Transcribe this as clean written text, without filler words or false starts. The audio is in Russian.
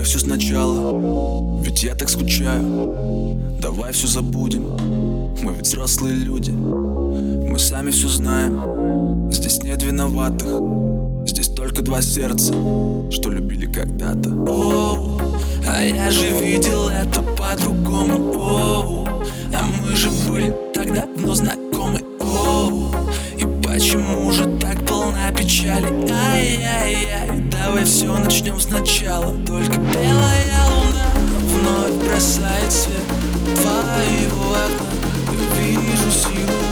все сначала, ведь я так скучаю. Давай все забудем, мы ведь взрослые люди. Мы сами все знаем, здесь нет виноватых. Здесь только два сердца, что любили когда-то. Оу, а я же видел это по-другому. Оу, а мы же были так давно знакомы. Оу, и почему же так полна печали? Ай-яй-яй, давай все начнем сначала. Только белая луна вновь бросает свет твоего окна. Я вижу силу